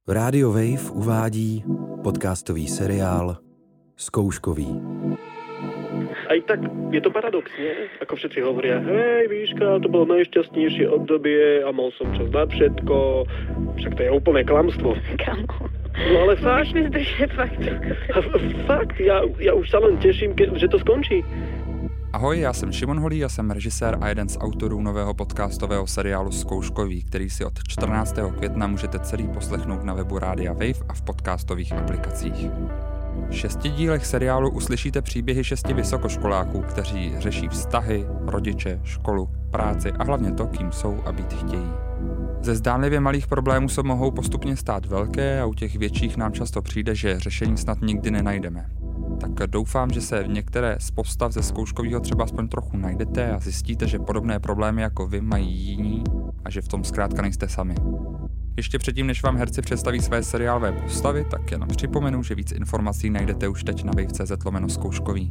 Radio Wave uvádí podcastový seriál Zkouškový. Aj tak je to paradoxne, ako všetci hovoria, hej, Výška, to bolo najšťastnejšie obdobie a mal som čas na všetko, však to je úplné klamstvo. Kamo. No ale fakt. Můžeš mi zdržet fakt. Fakt, ja už sa len teším, že to skončí. Ahoj, já jsem Šimon Holý a jsem režisér a jeden z autorů nového podcastového seriálu Zkouškový, který si od 14. května můžete celý poslechnout na webu Rádia Wave a v podcastových aplikacích. V 6 dílech seriálu uslyšíte příběhy 6 vysokoškoláků, kteří řeší vztahy, rodiče, školu, práci a hlavně to, kým jsou a být chtějí. Ze zdánlivě malých problémů se mohou postupně stát velké a u těch větších nám často přijde, že řešení snad nikdy nenajdeme. Tak doufám, že se v některé z postav ze Zkouškovýho třeba aspoň trochu najdete a zjistíte, že podobné problémy jako vy mají jiní a že v tom zkrátka nejste sami. Ještě předtím, než vám herci představí své seriálové postavy, tak jenom připomenu, že víc informací najdete už teď na wave.cz/zkouškový.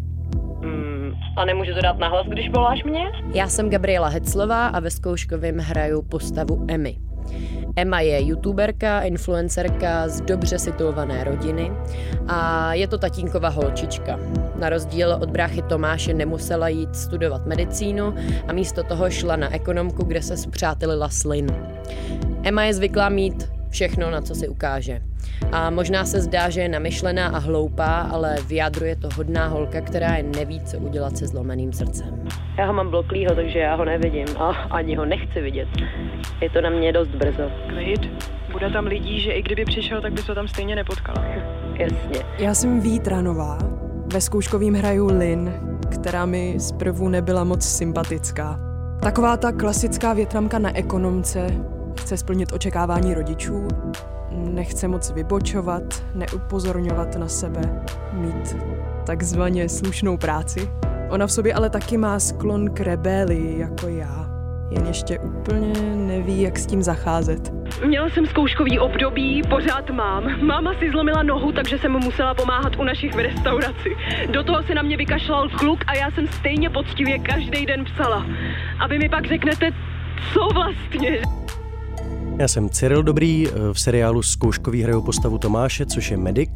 A nemůžu to dát nahlas, když voláš mě? Já jsem Gabriela Heclová a ve Zkouškovým hraju postavu Emmy. Emma je youtuberka, influencerka z dobře situované rodiny a je to tatínková holčička. Na rozdíl od bráchy Tomáše nemusela jít studovat medicínu a místo toho šla na ekonomku, kde se spřátelila s Lynn. Emma je zvyklá mít všechno, na co si ukáže. A možná se zdá, že je namyšlená a hloupá, ale v jádru je to hodná holka, která jen neví, co udělat se zlomeným srdcem. Já ho mám bloklýho, takže já ho nevidím a ani ho nechci vidět. Je to na mě dost brzo. Klid. Bude tam lidí, že i kdyby přišel, tak bys ho tam stejně nepotkala. Jasně. Já jsem Vít Ranová. Ve Zkouškovým hraju Lynn, která mi zprvu nebyla moc sympatická. Taková ta klasická větramka na ekonomce, chce splnit očekávání rodičů, nechce moc vybočovat, neupozorňovat na sebe, mít takzvaně slušnou práci. Ona v sobě ale taky má sklon k rebelii, jako já. Jen ještě úplně neví, jak s tím zacházet. Měla jsem zkouškový období, pořád mám. Máma si zlomila nohu, takže jsem mu musela pomáhat u našich v restauraci. Do toho se na mě vykašlal kluk a já jsem stejně poctivě každý den psala. A vy mi pak řeknete, co vlastně. Já jsem Cyril Dobrý, v seriálu Zkouškový hraju postavu Tomáše, což je medic.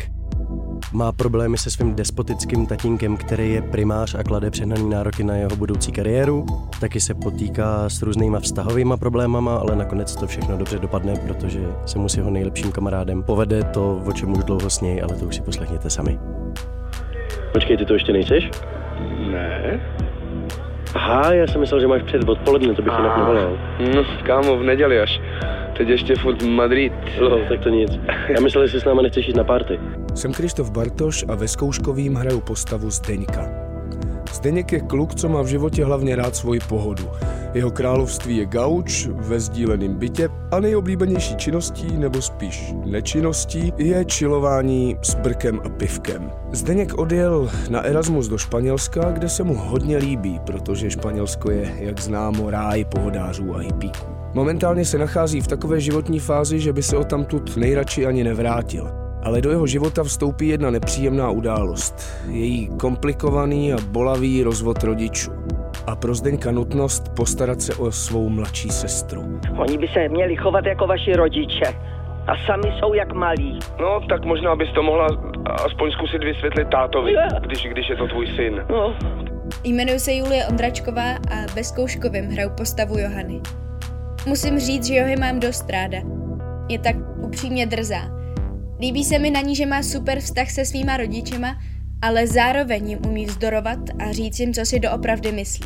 Má problémy se svým despotickým tatínkem, který je primář a klade přehnaný nároky na jeho budoucí kariéru. Taky se potýká s různýma vztahovýma problémama, ale nakonec to všechno dobře dopadne, protože se mu s jeho nejlepším kamarádem povede to, o čem už dlouho snějí, ale to už si poslechněte sami. Počkej, ty to ještě nejseš? Ne. Aha, já jsem myslel, že máš před odpoledne, to bych jinak nevolal. No, kámo, v neděli až. Teď ještě furt Madrid. No, tak to nic. Já myslel, že si s náma nechceš jít na party. Jsem Krištof Bartoš a ve Zkouškovým hraju postavu Zdeňka. Zdeněk je kluk, co má v životě hlavně rád svoji pohodu. Jeho království je gauč ve sdíleném bytě a nejoblíbenější činností, nebo spíš nečinností, je chillování s brkem a pivkem. Zdeněk odjel na Erasmus do Španělska, kde se mu hodně líbí, protože Španělsko je, jak známo, ráj pohodářů a hippíků. Momentálně se nachází v takové životní fázi, že by se odtamtud nejradši ani nevrátil. Ale do jeho života vstoupí jedna nepříjemná událost. Její komplikovaný a bolavý rozvod rodičů. A pro Zdeňka nutnost postarat se o svou mladší sestru. Oni by se měli chovat jako vaši rodiče. A sami jsou jak malí. No, tak možná bys to mohla aspoň zkusit vysvětlit tátovi, když je to tvůj syn. No. Jmenuji se Julie Ondračková a ve Zkouškovým hraju postavu Johany. Musím říct, že Johy mám dost ráda. Je tak upřímně drzá. Líbí se mi na ní, že má super vztah se svýma rodičema, ale zároveň jim umí vzdorovat a říct jim, co si doopravdy myslí.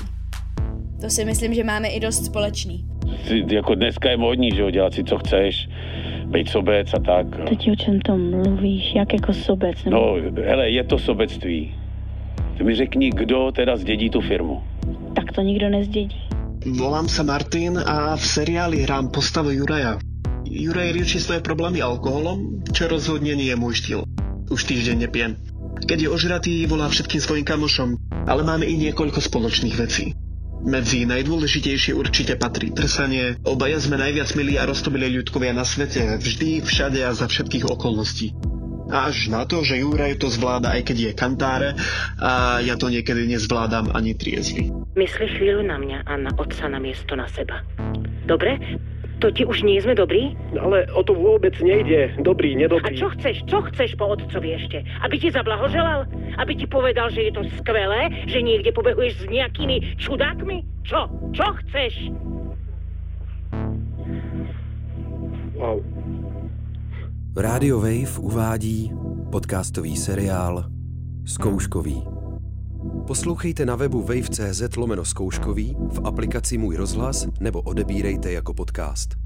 To si myslím, že máme i dost společný. Jako dneska je módní, že jo, dělat si, co chceš, být sobec a tak. Teď o čem to mluvíš, jak jako sobec? Nebo... No, hele, je to sobectví. Ty mi řekni, kdo teda zdědí tu firmu. Tak to nikdo nezdědí. Volám sa Martin a v seriáli hrám postavu Juraja. Juraj rieši svoje problémy alkoholom, čo rozhodne nie je môj štýl. Už týždeň nepijem. Keď je ožratý, volá všetkým svojim kamošom, ale máme i niekoľko spoločných vecí. Medzi najdôležitejšie určite patrí trsanie. Obaja sme najviac milí a roztomilí ľudkovia na svete, vždy, všade a za všetkých okolností. A až na to, že Juraj to zvláda, aj keď je kantáre, a ja to niekedy nezvládam ani triezvy. Myslí chvíľu na mňa a na otca na miesto na seba. Dobre? To ti už nie sme dobrí? Ale o to vôbec nejde. Dobrý, nedobrý. A čo chceš? Čo chceš po otcovi ešte? Aby ti zablahoželal? Aby ti povedal, že je to skvelé? Že niekde pobehuješ s nejakými čudákmi? Čo? Čo chceš? Wow. Radio Wave uvádí podcastový seriál Zkouškový. Poslouchejte na webu wave.cz/zkouškový, v aplikaci Můj rozhlas nebo odebírejte jako podcast.